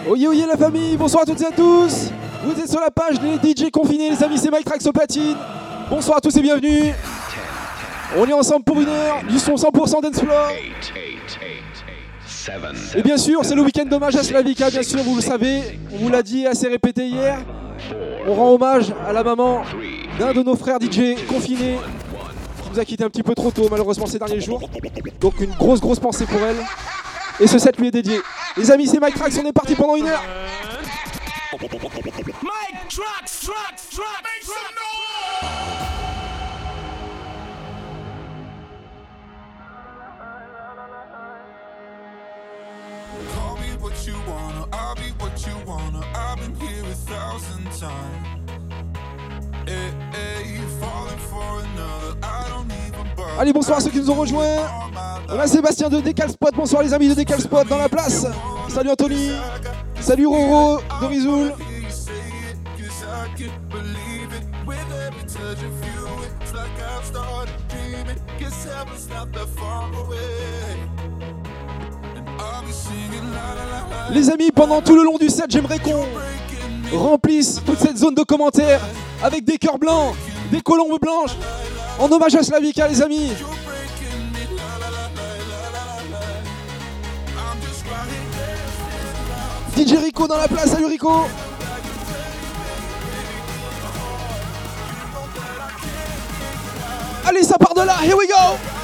Oyez, oyez la famille, bonsoir à toutes et à tous. Vous êtes sur la page des DJ confinés, les amis, c'est Mike Trax au platine. Bonsoir à tous et bienvenue. On est ensemble pour une heure, du son 100% dance floor. Et bien sûr, c'est le week-end d'hommage à Slavika, bien sûr, vous le savez. On vous l'a dit, assez répété hier. On rend hommage à la maman d'un de nos frères DJ confinés qui nous a quitté un petit peu trop tôt, malheureusement, ces derniers jours. Donc une grosse pensée pour elle. Et ce set lui est dédié. Les amis, c'est Mike Trax, on est parti pendant une heure. Mike Trax, make some noise! Call me what you wanna, I'll be what you wanna. I've been here 1,000 times. Hey, falling for another, I don't even bother. Allez, bonsoir à ceux qui nous ont rejoints. On a Sébastien de Décal Spot. Bonsoir les amis de Décal Spot dans la place. Salut Anthony. Salut Roro de Rizoul. Les amis, pendant tout le long du set, j'aimerais qu'on remplisse toute cette zone de commentaires avec des cœurs blancs, des colombes blanches, en hommage à Slavika, les amis. DJ Rico dans la place, salut Rico. Allez, ça part de là, here we go.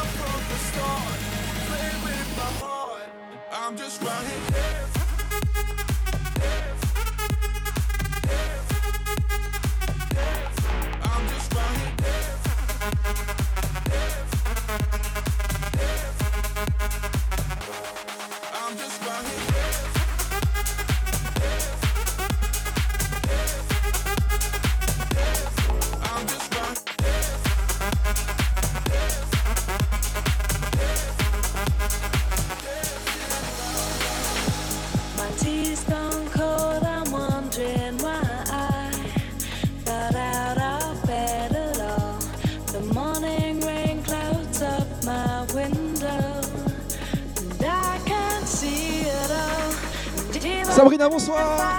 Sabrina, bonsoir.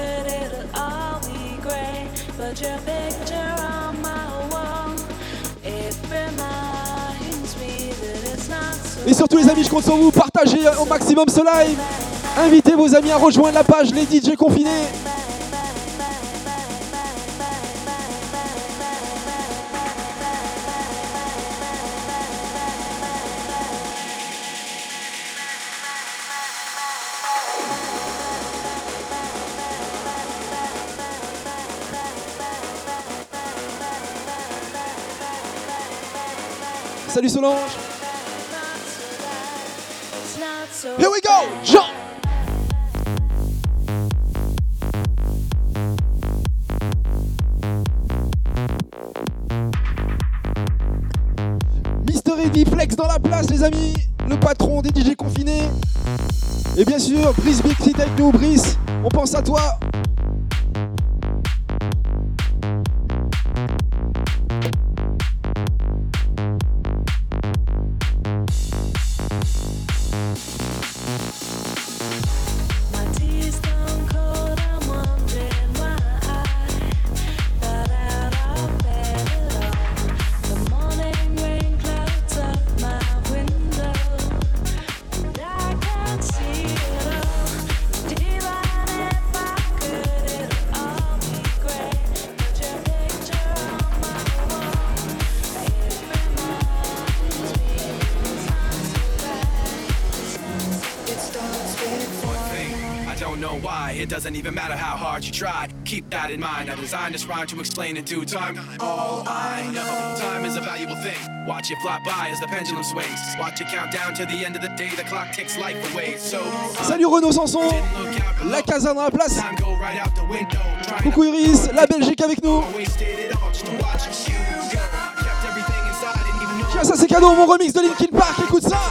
Et surtout les amis, je compte sur vous, partagez au maximum ce live. Invitez vos amis à rejoindre la page Les DJ Confinés. Salut Solange. Here we go, jump. Mister Eddy Flex dans la place les amis, le patron des DJ confinés. Et bien sûr, Brice Big Fit avec nous, Brice, on pense à toi. It doesn't even matter how hard you try. Keep that in mind. I designed this rhyme to explain in due time. All I know, time is a valuable thing. Watch it fly by as the pendulum swings. Watch it count down to the end of the day. The clock takes life away. So salut Renaud Sanson, la Casa dans la place. Coucou Iris, la Belgique avec nous. Tiens, ça c'est cadeau, mon remix de Linkin Park, écoute ça.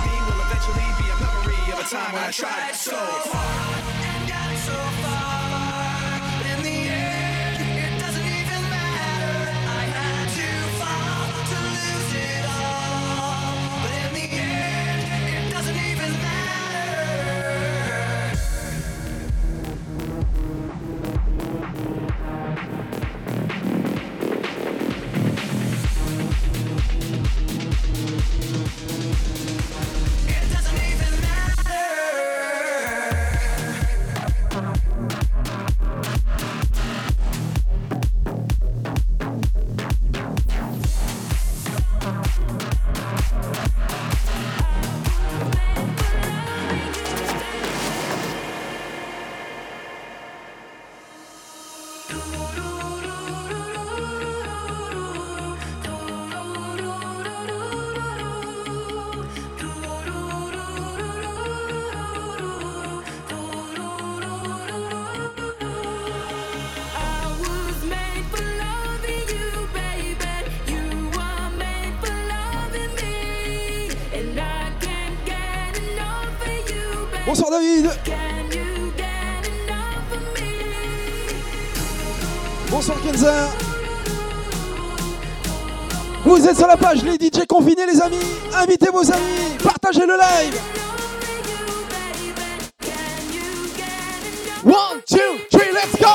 Bonsoir David. Bonsoir Kenza. Vous êtes sur la page les DJ confinés les amis. Invitez vos amis. Partagez le live. 1, 2, 3, let's go.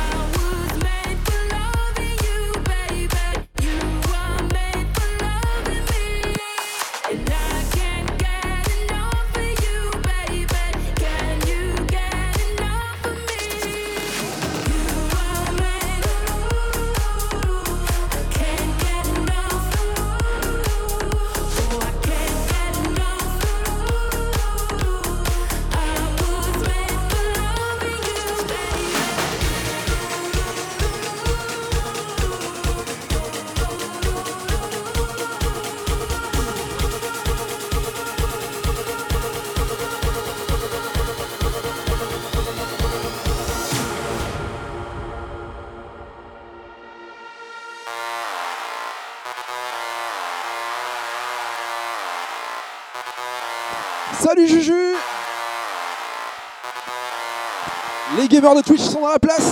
Salut Juju. Les gamers de Twitch sont dans la place.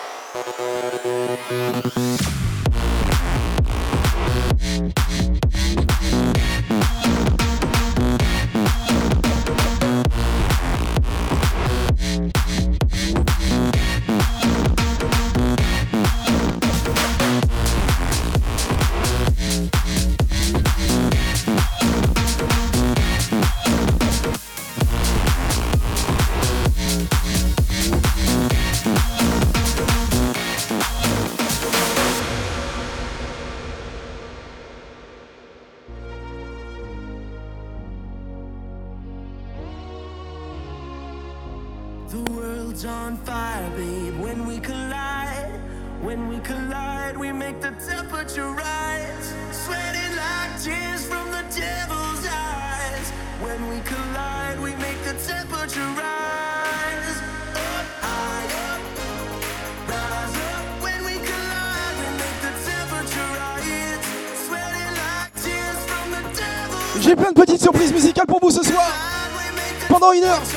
J'ai plein de petites surprises musicales pour vous ce soir, pendant 1 heure.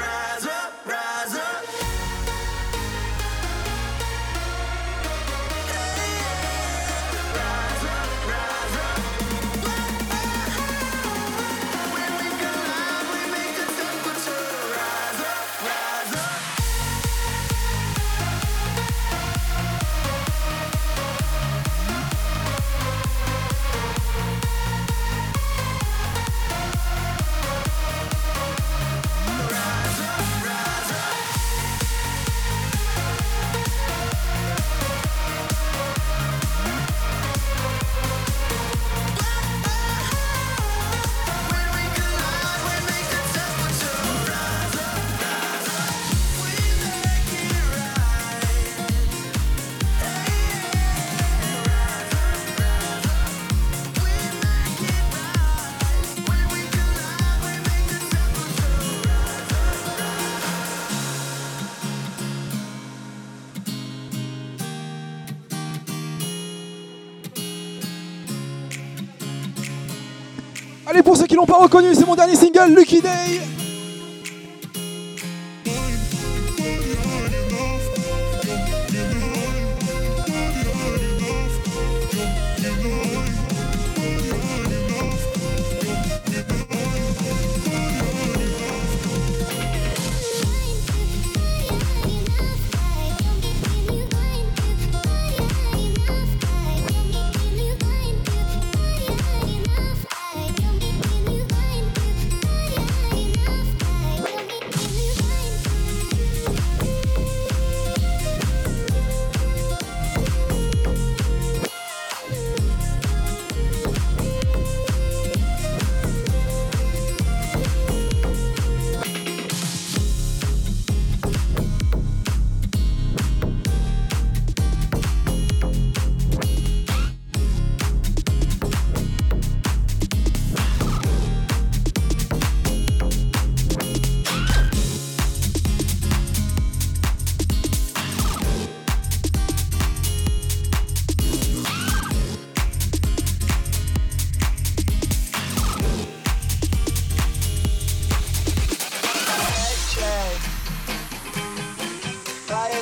Allez, pour ceux qui l'ont pas reconnu, c'est mon dernier single, Lucky Day.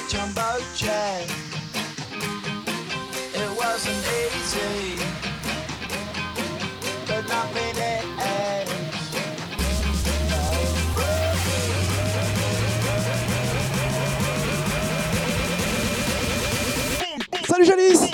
jumbo jet. It wasn't easy, but nothing ends. Salut Janice.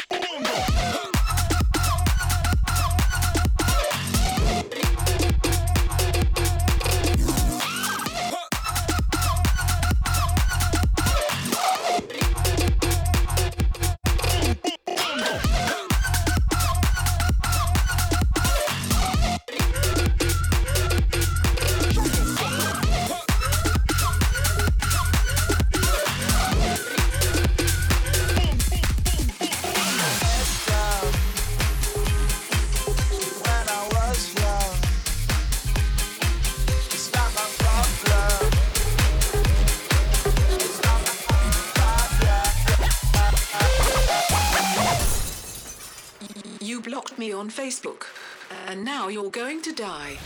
On Facebook, and now you're going to die.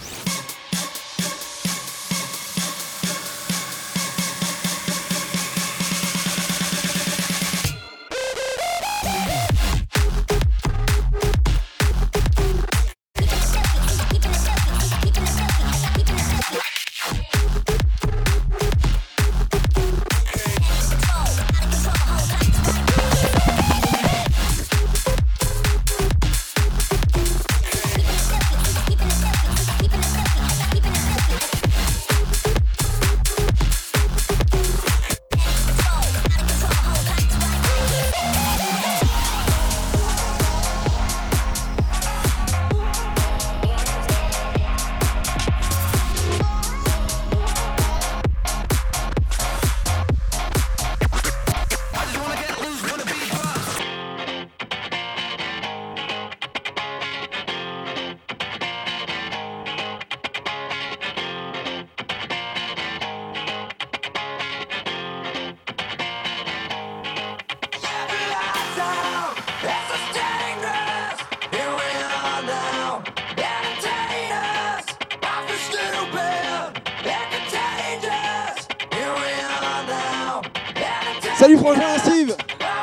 Salut Frangin, Steve.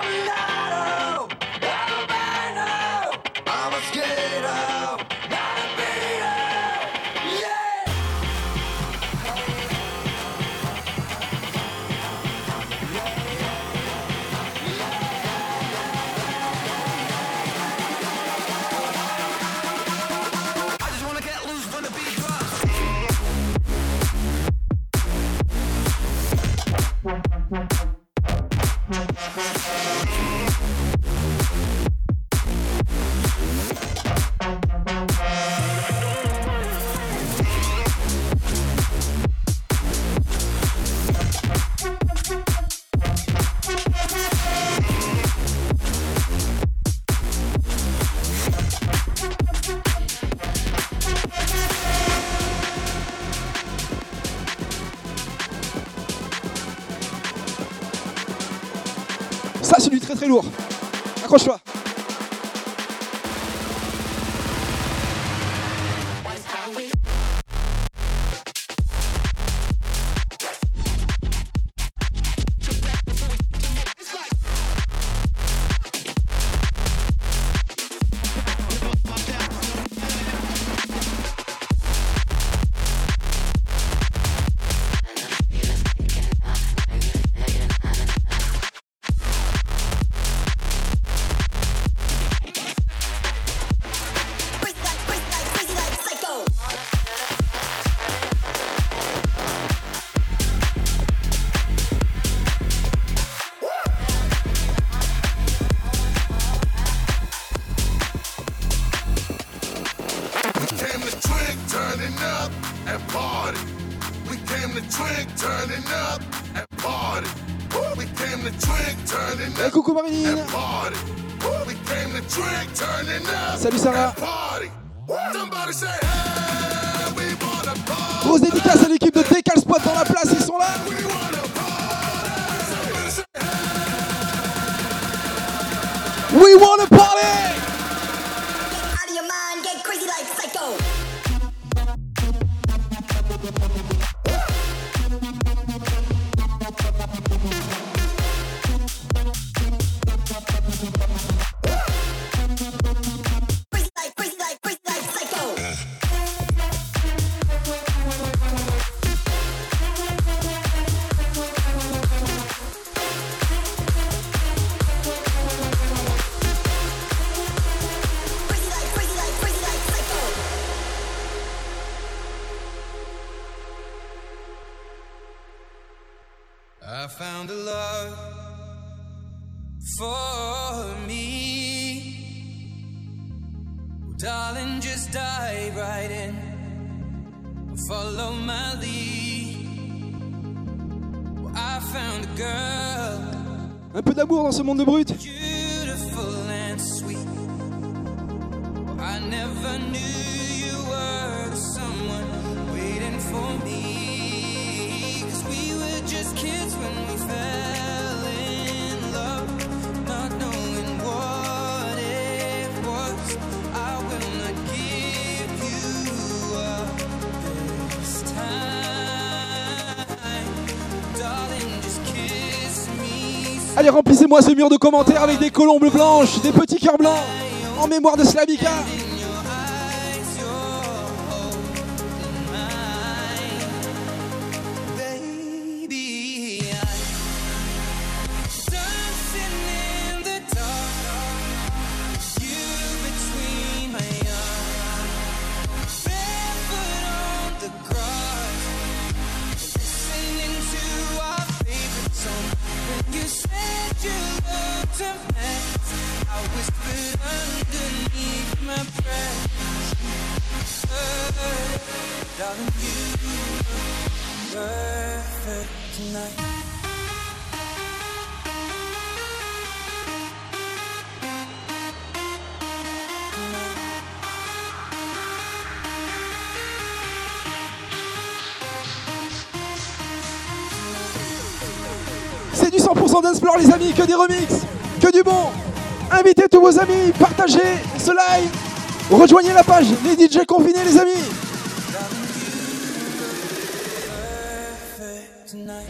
Ça c'est du très très lourd. Accroche-toi. Hey, coucou Marilyn. Salut Sarah. Grosse dédicace à l'équipe de Decal Spot dans la place, ils sont là. We wanna party. Out of your mind, get crazy like psycho. just dive right in. Follow my lead. Well, I found a girl. Un peu d'amour dans ce monde de brut. Beautiful and sweet. Well, I never knew you were the someone waiting for me. 'Cause we were just kids when we fell in love, not knowing what it was. I will not give you up this time, darling, just kiss me. Allez, remplissez-moi ce mur de commentaires avec des colombes blanches, des petits cœurs blancs, en mémoire de Slavika. In your eyes, you're holding mine, baby. I'm dancing in the dark, you between my arms, barefoot on the grass, listening to our favorite song. When you said you loved a mess, I whispered underneath my breath, darling, you were perfect tonight. C'est du 100% d'Explore les amis, que des remixes, que du bon. Invitez tous vos amis, partagez ce live. Rejoignez la page Les DJ Confinés les amis. Perfect tonight.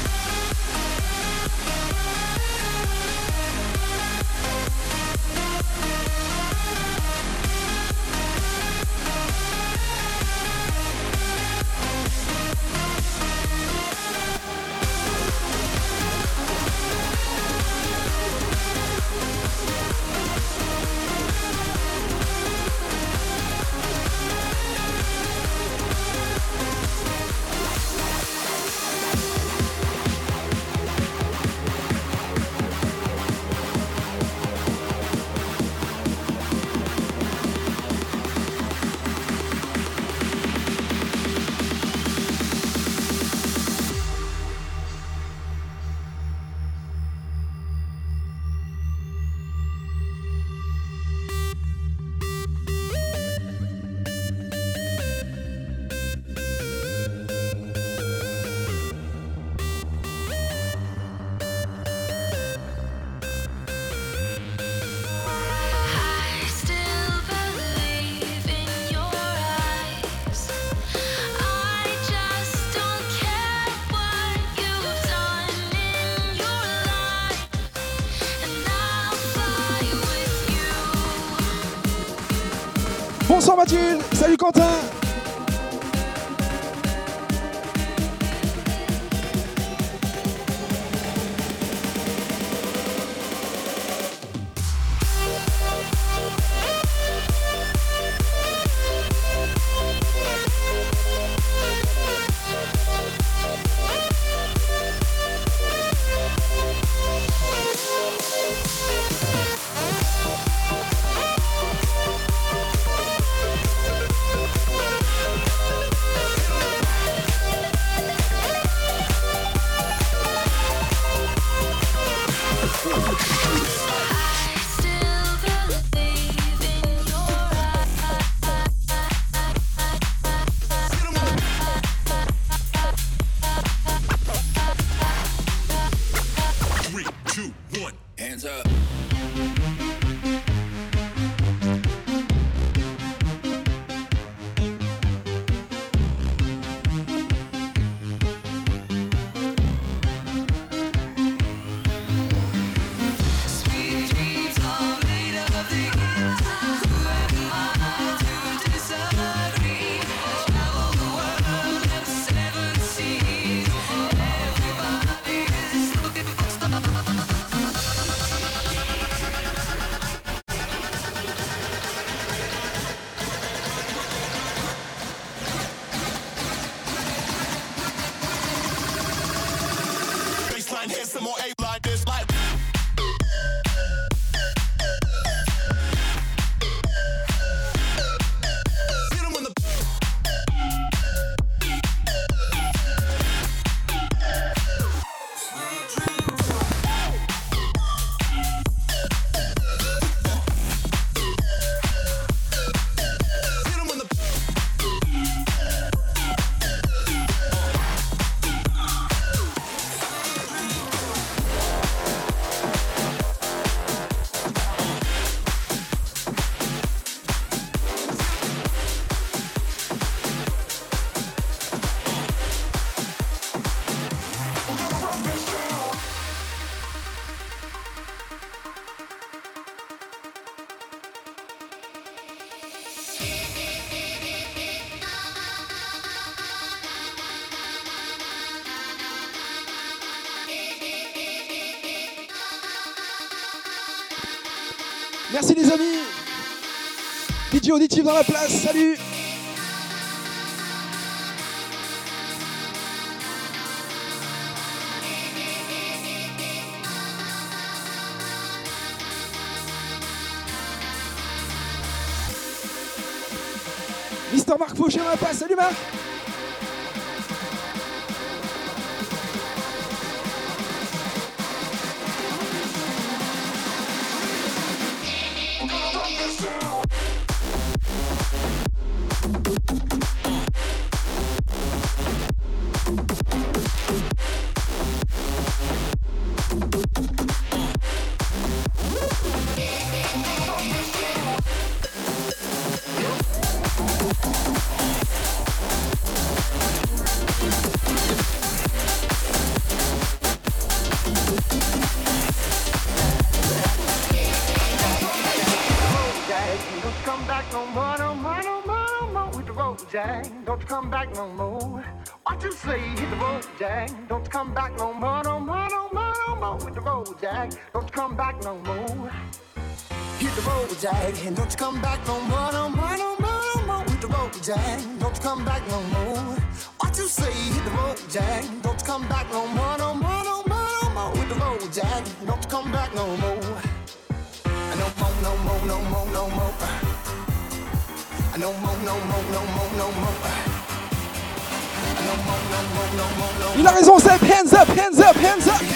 I still believe in your eyes. I just don't care what you've done in your life, and I'll fly with you. Bonsoir Mathilde, salut Quentin. Merci les amis. DJ Auditif dans la place, salut. Mister Marc Fauché dans la place, salut Marc. Don't come back no more. What you say? Hit the road, Jack. Don't come back no more, no more, no more, no more. Hit the road, Jack. Don't come back no more. Hit the road, Jack. And don't come back no more, no more, no more, no more. Hit the road, Jack. Don't come back no more. What you say? Hit the road, Jack. Don't come back no more, no more, no more, no more. Hit the road, Jack. Don't come back no more. No more, no more, no more, no more. No more, no more, no more, no more. No more, no more, no more, no more. Il a raison, Seb. Hands up, hands up, hands up.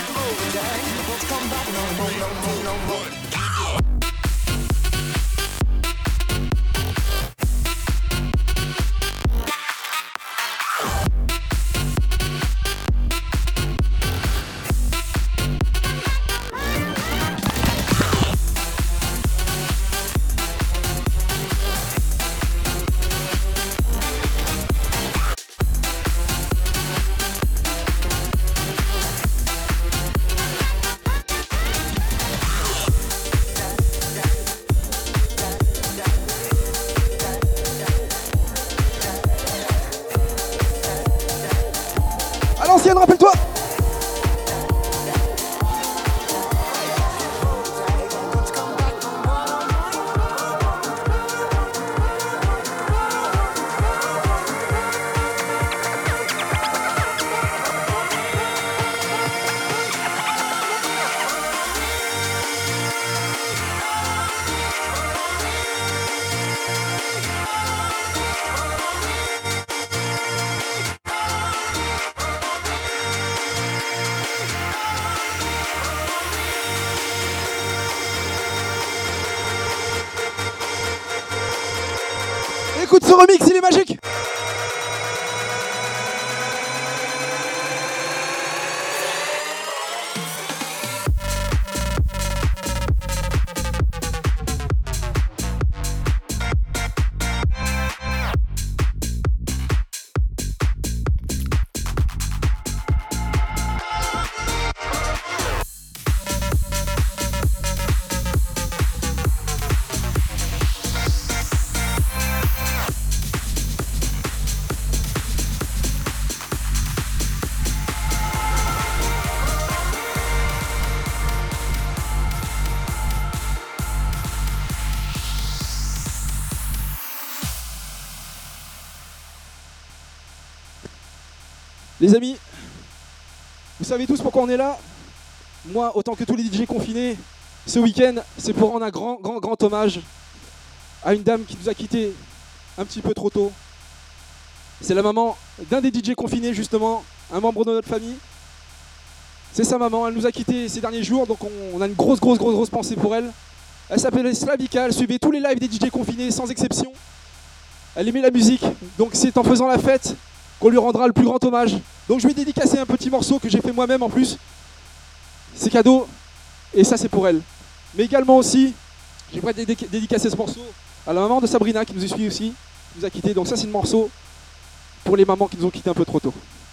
Rappelle-toi. Écoute ce remix, il est magique. Les amis, vous savez tous pourquoi on est là. Moi, autant que tous les DJ confinés, ce week-end, c'est pour rendre un grand hommage à une dame qui nous a quittés un petit peu trop tôt. C'est la maman d'un des DJ confinés, justement, un membre de notre famille. C'est sa maman, elle nous a quittés ces derniers jours, donc on a une grosse pensée pour elle. Elle s'appelait Slavika, elle suivait tous les lives des DJ confinés sans exception. Elle aimait la musique, donc c'est en faisant la fête qu'on lui rendra le plus grand hommage. Donc je vais dédicacer un petit morceau que j'ai fait moi-même en plus. C'est cadeau, et ça c'est pour elle. Mais également aussi, j'aimerais dédicacer ce morceau à la maman de Sabrina qui nous suit aussi, qui nous a quittés. Donc ça c'est le morceau pour les mamans qui nous ont quittés un peu trop tôt.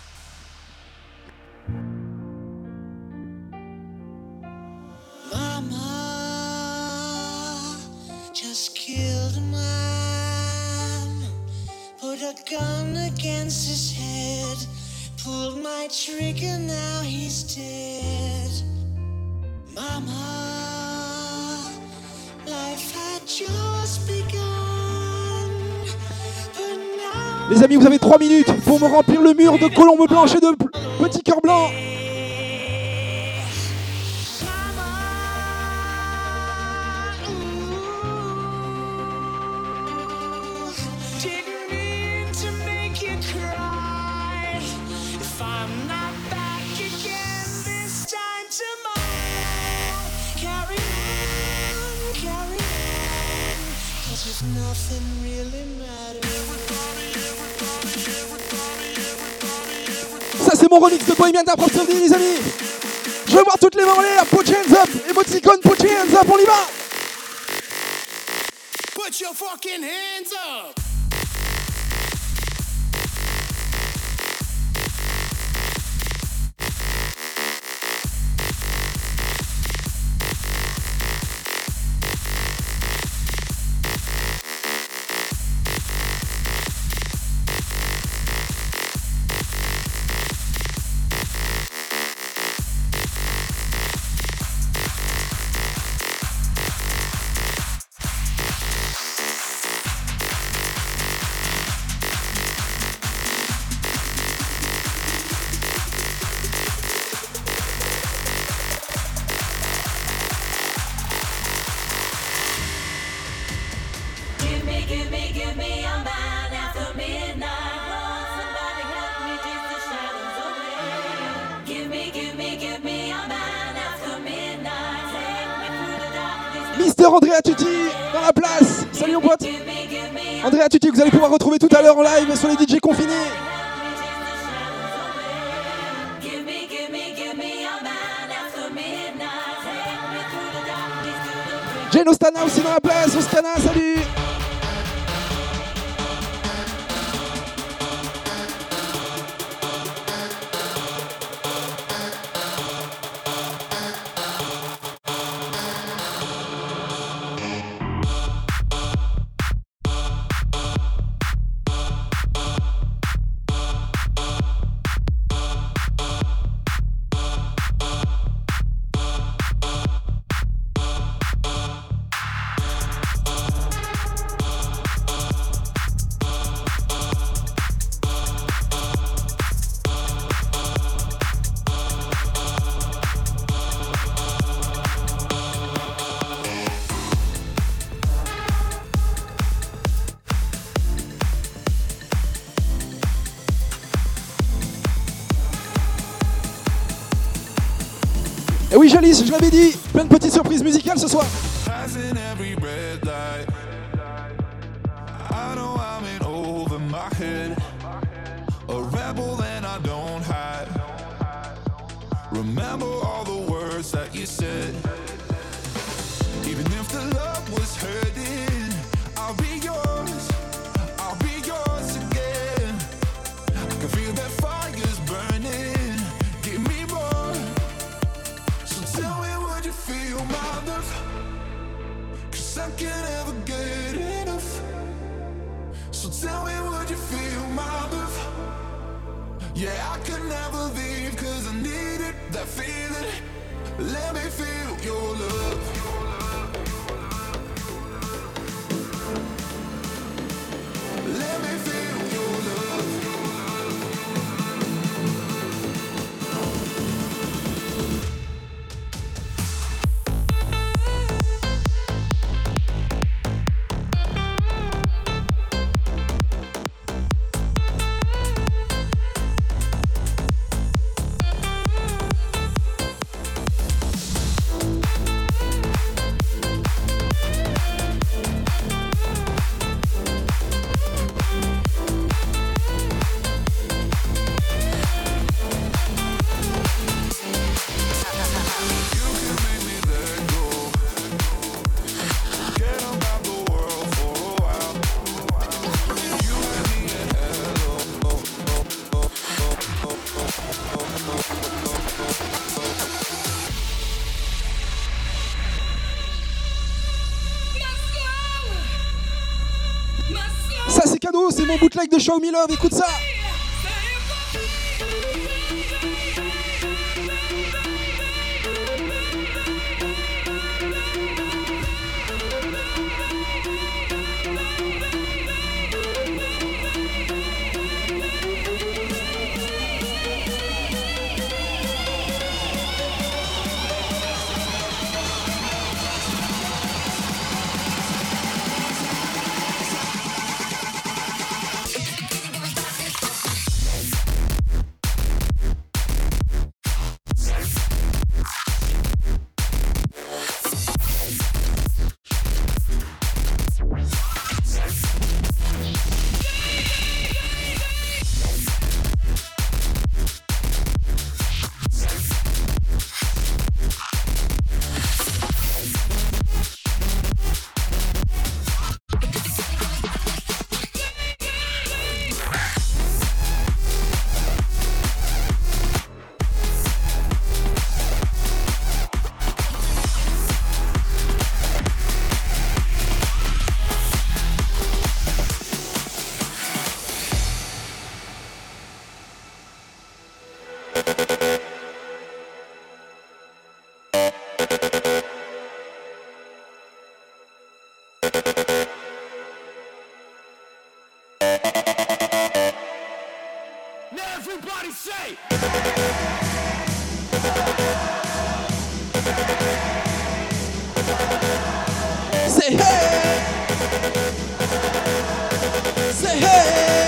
Mama just killed a man, put a gun against his head, pulled my trigger, now he's dead. Mama, life just begun. But now Les amis, vous avez 3 minutes pour me remplir le mur de colombes blanches et de petits cœurs blancs. didn't mean to make you cry. If I'm not back again this time tomorrow, carry on, 'cause if nothing really matters. Ça c'est mon remix de Bohemian Rhapsody, les amis. Je veux voir toutes les mains en l'air. Put your hands up. Emoticon, put your hands up. On y va. Put your fucking hands up! Give me a man after midnight. Lord, somebody help me chase the shadows away. Give me a man after midnight. Take me through the darkness. Mister Andrea Tutti dans la place. Salut mon pote. Andrea Tutti que vous allez pouvoir retrouver tout à l'heure en live sur les DJ confinés. Give me a man after midnight. Take me through the darkness to the Jane Ostana aussi dans la place. Ostana, salut. Et oui, Jalice, je l'avais dit, plein de petites surprises musicales ce soir. Passing every red light. I know I'm in over my head. A rebel and I don't hide. Remember all the words that you said. Even if the love was hurting, I'll be yours. I'll be yours again. I can feel that fire's burning. Give me more. So tell me, would you feel my love? 'Cause I can't ever get enough. So tell me, would you feel my love? Yeah, I could never leave 'cause I needed that feeling. Let me feel your love. Let me feel your love. Ça c'est cadeau, c'est mon bootleg de Show Me Love, écoute ça. Everybody say Say hey! Say hey!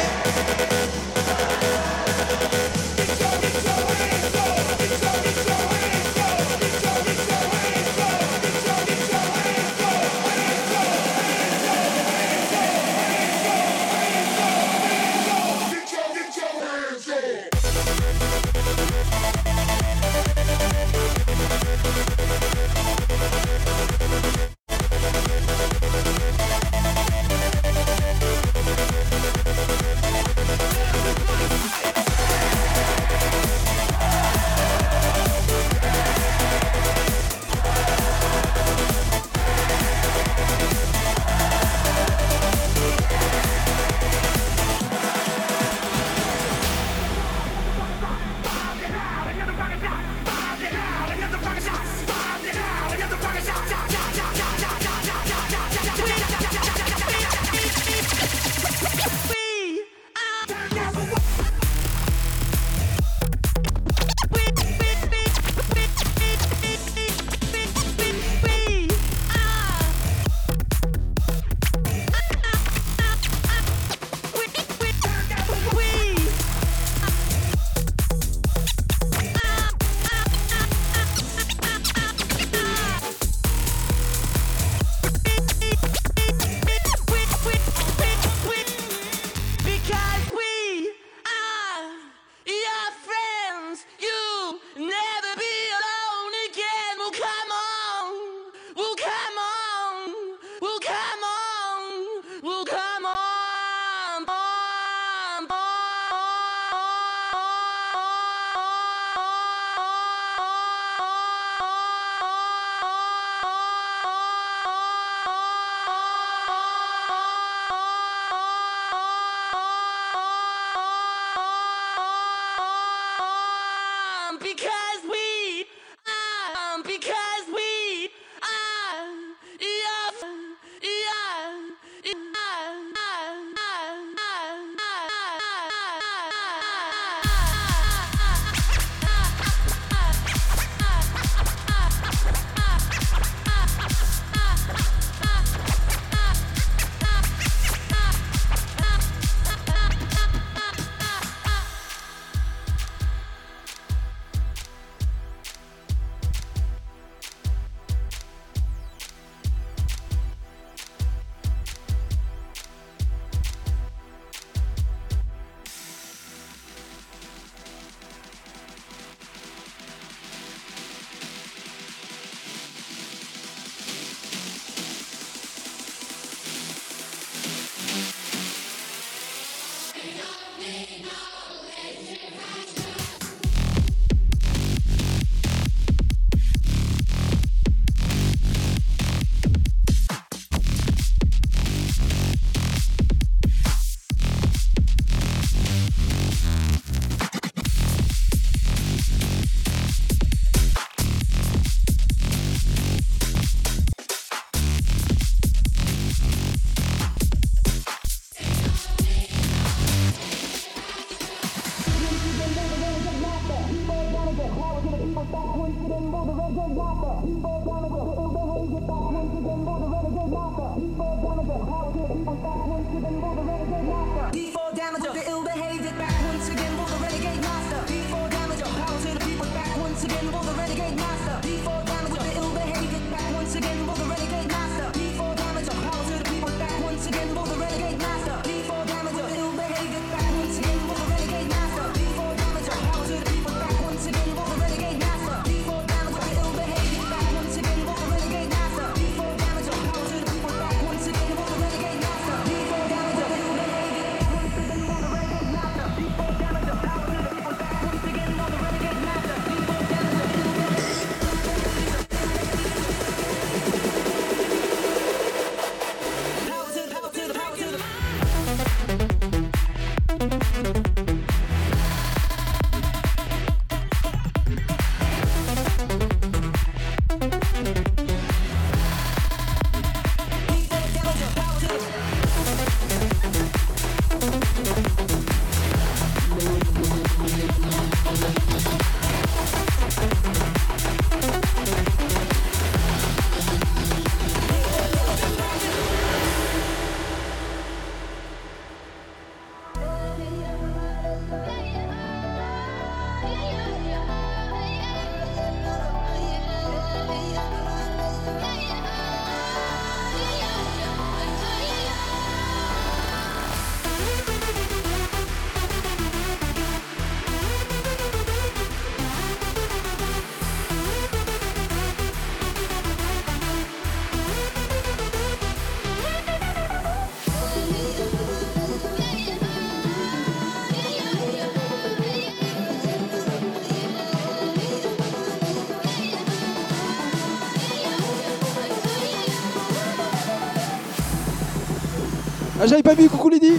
Ah, j'avais pas vu, coucou Lydie.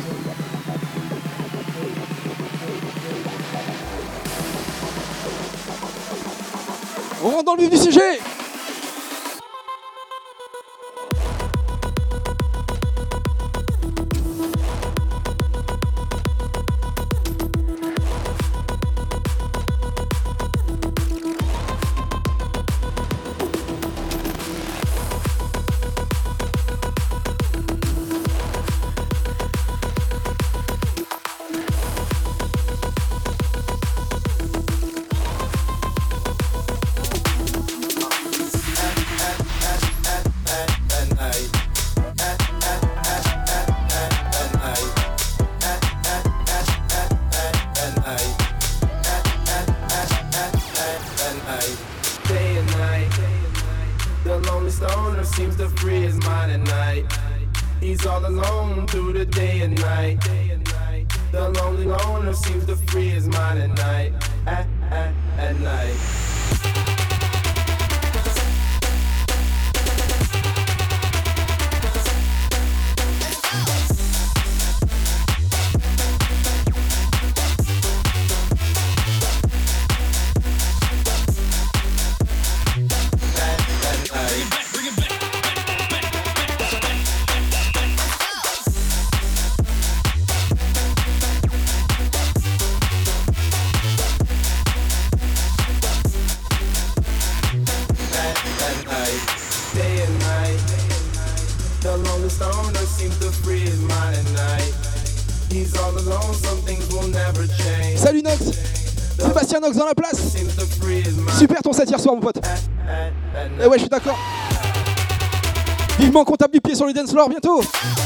On rentre dans le vif du sujet. Salut Nox, Sébastien Nox dans la place. Super ton set hier soir mon pote. Eh ouais, je suis d'accord. Vivement qu'on tape du pied sur le dance floor bientôt.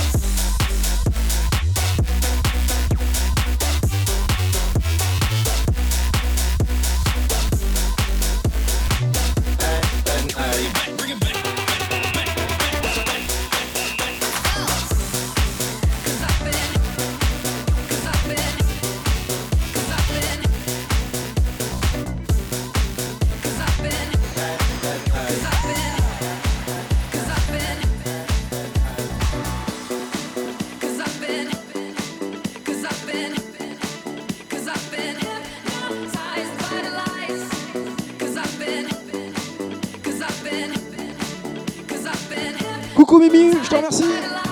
Coucou Mimi, je te remercie.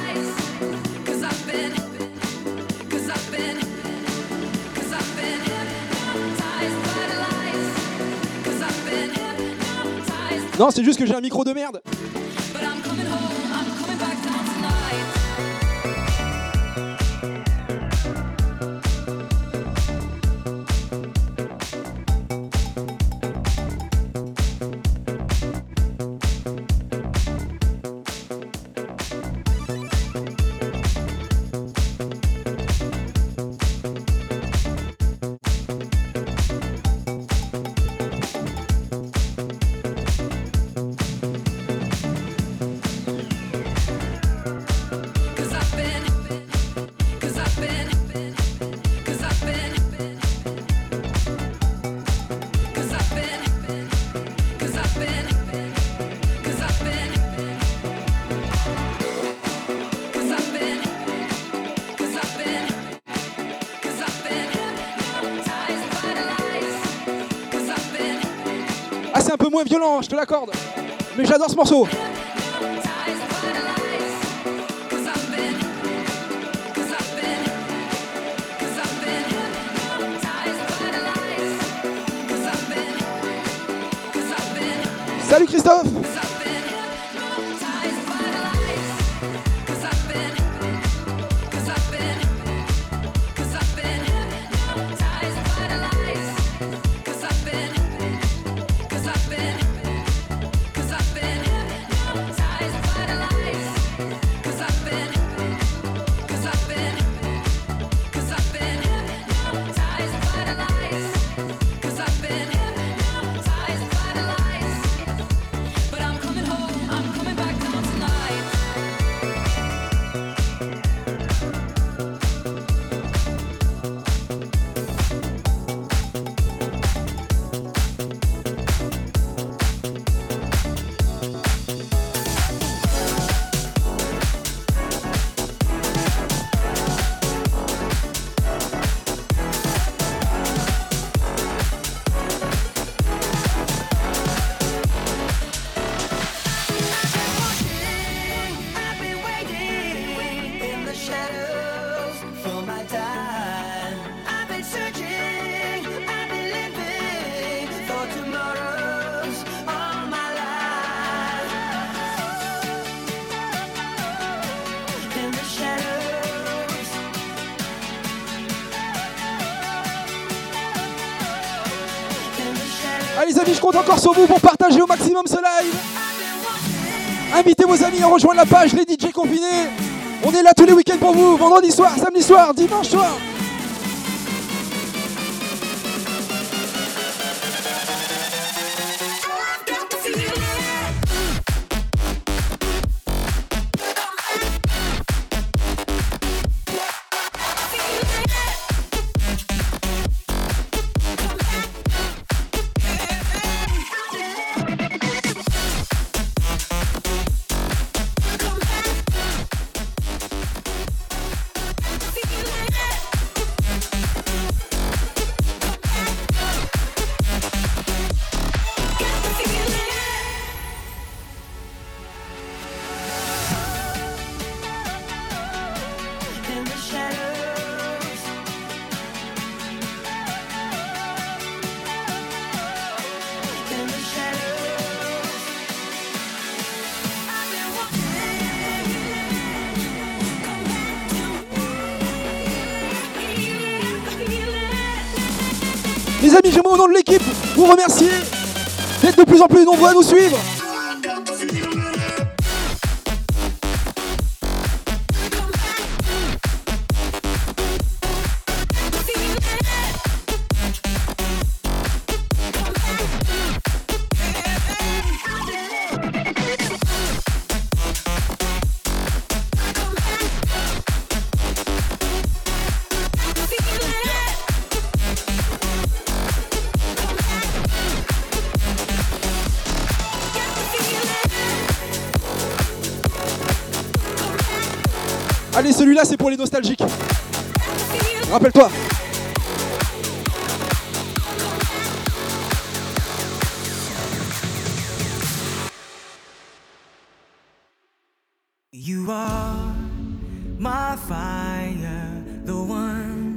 Non, c'est juste que j'ai un micro de merde. Ah, c'est un peu moins violent, je te l'accorde. Mais j'adore ce morceau. Salut Christophe. But Allez les amis, je compte encore sur vous pour partager au maximum ce live. Invitez vos amis à rejoindre la page Les DJ Confinés. On est là tous les week-ends pour vous, vendredi soir, samedi soir, dimanche soir. Les amis, j'aimerais au nom de l'équipe vous remercier d'être de plus en plus nombreux à nous suivre. Allez, celui-là, c'est pour les nostalgiques. Rappelle-toi. You are my fire, the one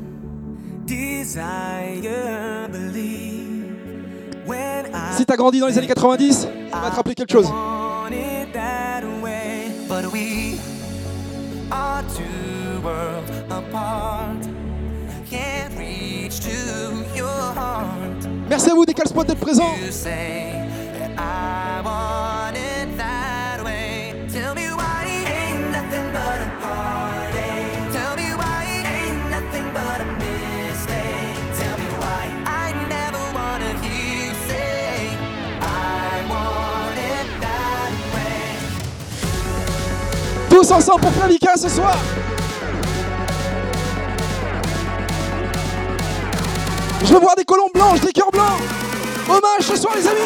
desire, believe. When I Si t'as grandi dans les années 90, ça va te rappeler quelque chose. want it that way, but we are two worlds apart. Can't reach to your heart. Merci à vous, Décal Spot, d'être présents. You say that I want it that way. Tell me why it ain't nothing but a heartache. Tell me why it ain't nothing but a mistake. Tell me why I never wanna hear you say I want it that way. Tous ensemble pour Flavica ce soir. Je veux voir des colombes blanches, des cœurs blancs. Hommage ce soir les amis.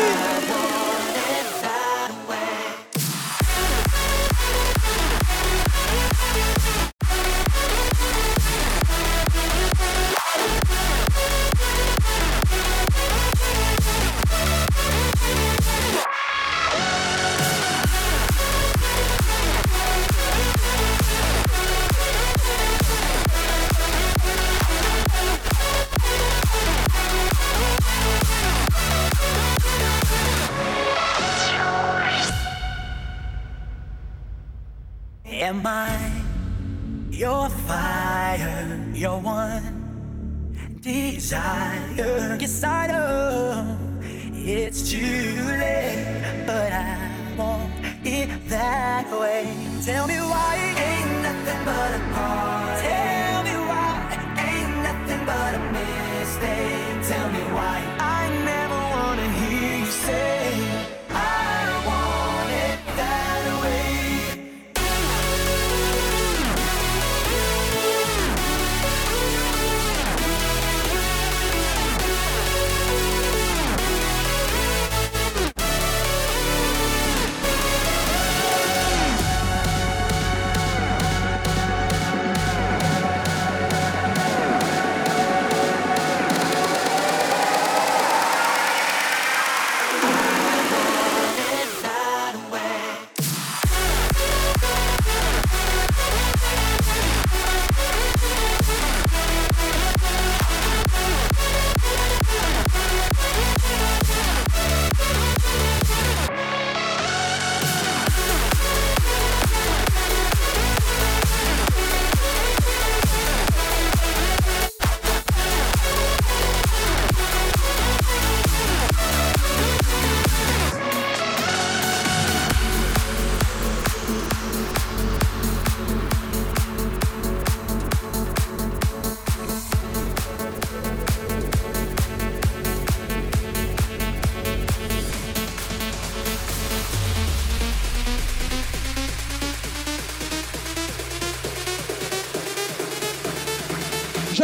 Am I your fire, your one desire? Yes, I know it's too late, but I want it that way. Tell me why it ain't nothing but a part. Tell me why it ain't nothing but a mistake. Tell me why I never wanna hear you say I want it that way.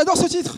j'adore ce titre.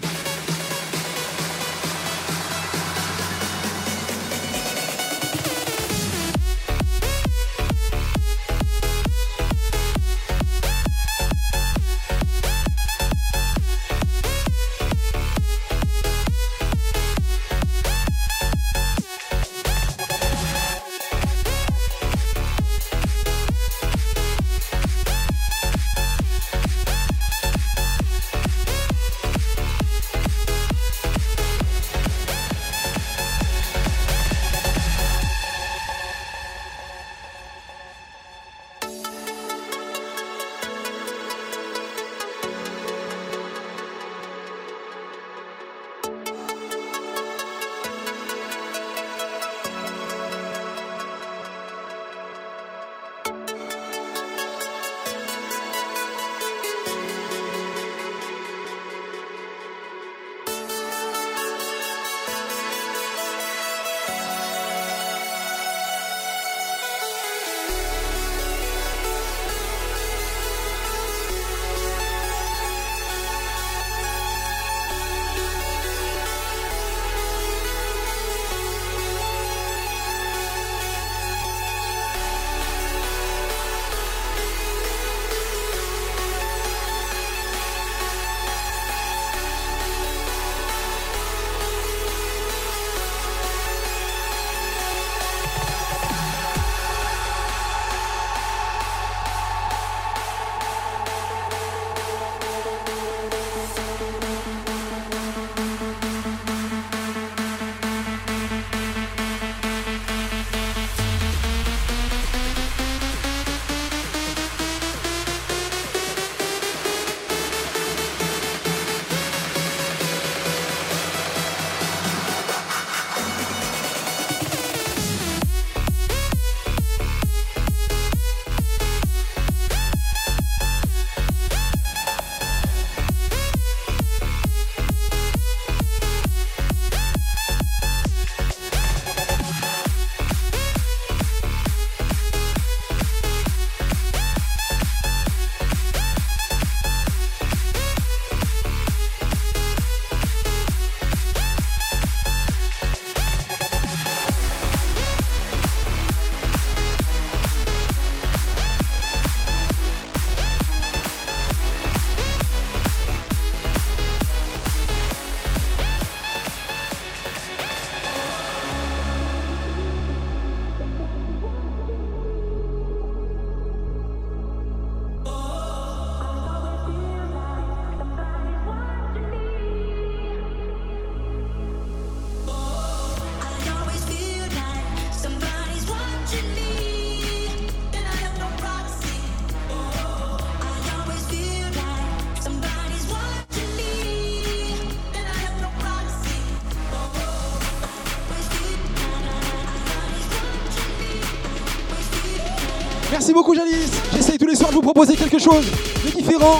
Merci beaucoup Jalice. J'essaye tous les soirs de vous proposer quelque chose de différent.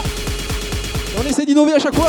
Et on essaie d'innover à chaque fois.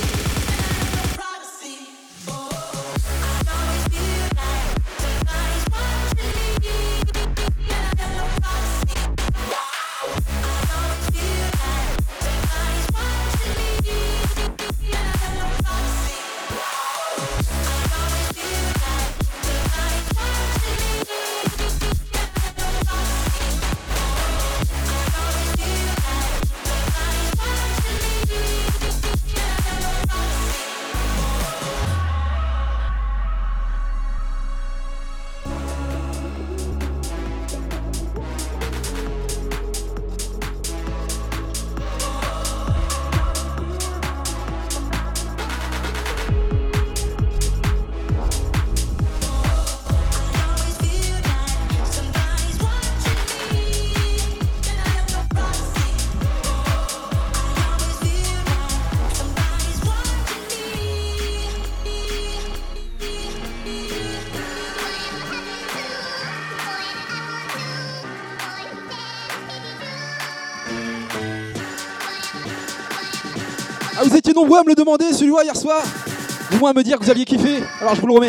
Ah, vous étiez nombreux à me le demander, celui-là, hier soir. Au moins à me dire que vous aviez kiffé. Alors je vous le remets.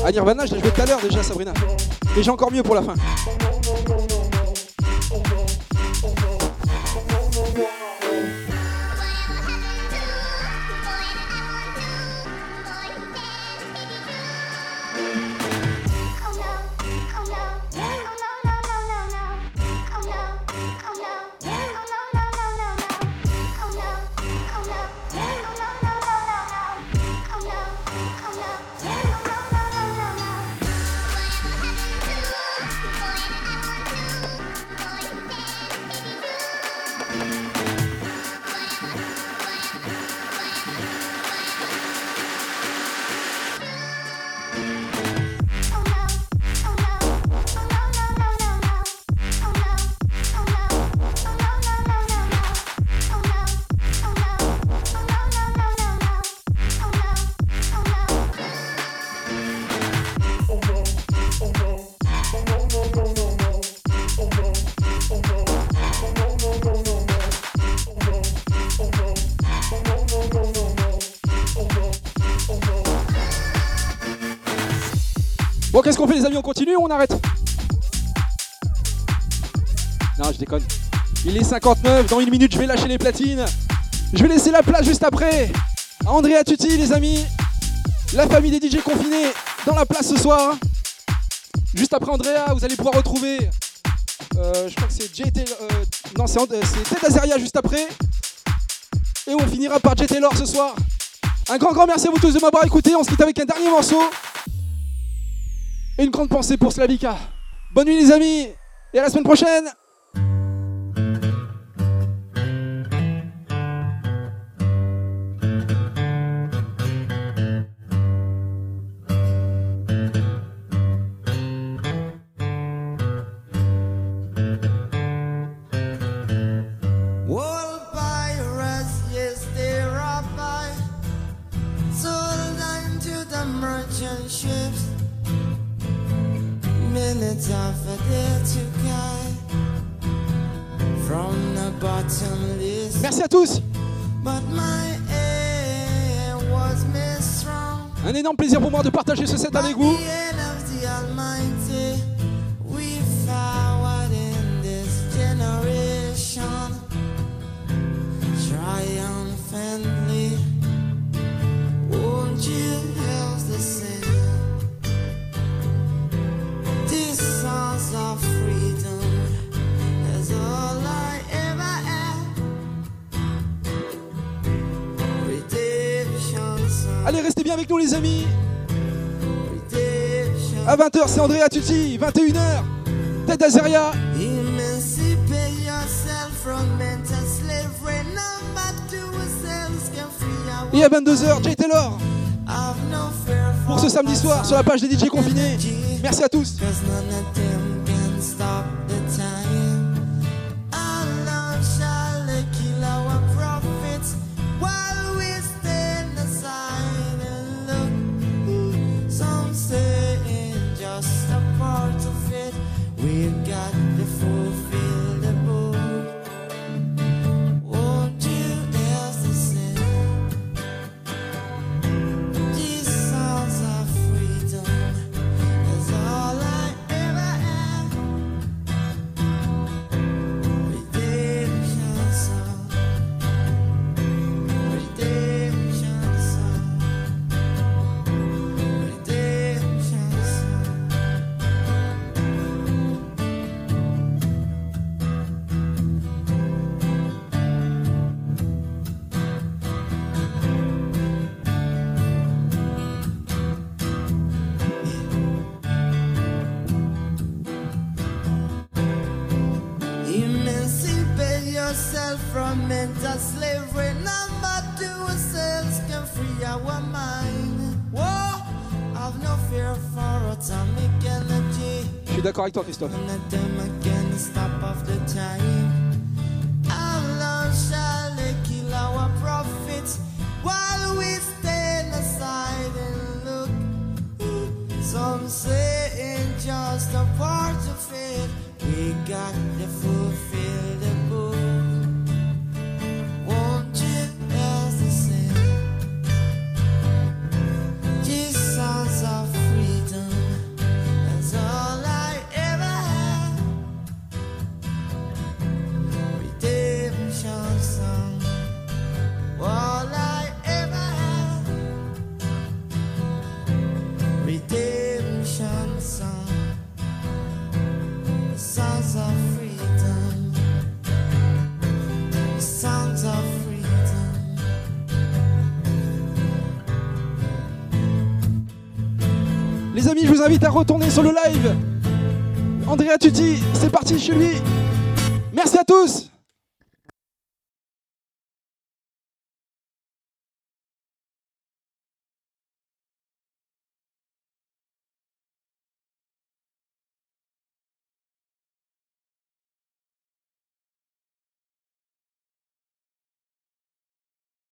Ah, Nirvana, je l'ai joué tout à l'heure déjà, Sabrina. Et j'ai encore mieux pour la fin. Bon, qu'est-ce qu'on fait les amis? On continue ou on arrête? Non, je déconne. Il est 59, dans une minute je vais lâcher les platines. Je vais laisser la place juste après à Andrea Tutti les amis. La famille des DJ confinés dans la place ce soir. Juste après Andrea, vous allez pouvoir retrouver... je crois que c'est non, c'est Ted Azeria juste après. Et on finira par Jay Taylor ce soir. Un grand merci à vous tous de m'avoir écouté. On se quitte avec un dernier morceau. Et une grande pensée pour Slavica. Bonne nuit les amis. Et à la semaine prochaine. Merci à tous. Un énorme plaisir pour moi de partager ce set avec vous. Allez, restez bien avec nous les amis. À 20h, c'est Andrea Tutti. 21h, Ted Azeria. Et à 22h, Jay Taylor. Pour ce samedi soir sur la page des DJ confinés. Merci à tous. Je suis d'accord avec toi, Christophe. These songs of freedom. je vous invite à retourner sur le live. Andrea Tutti, c'est parti chez lui. Merci à tous.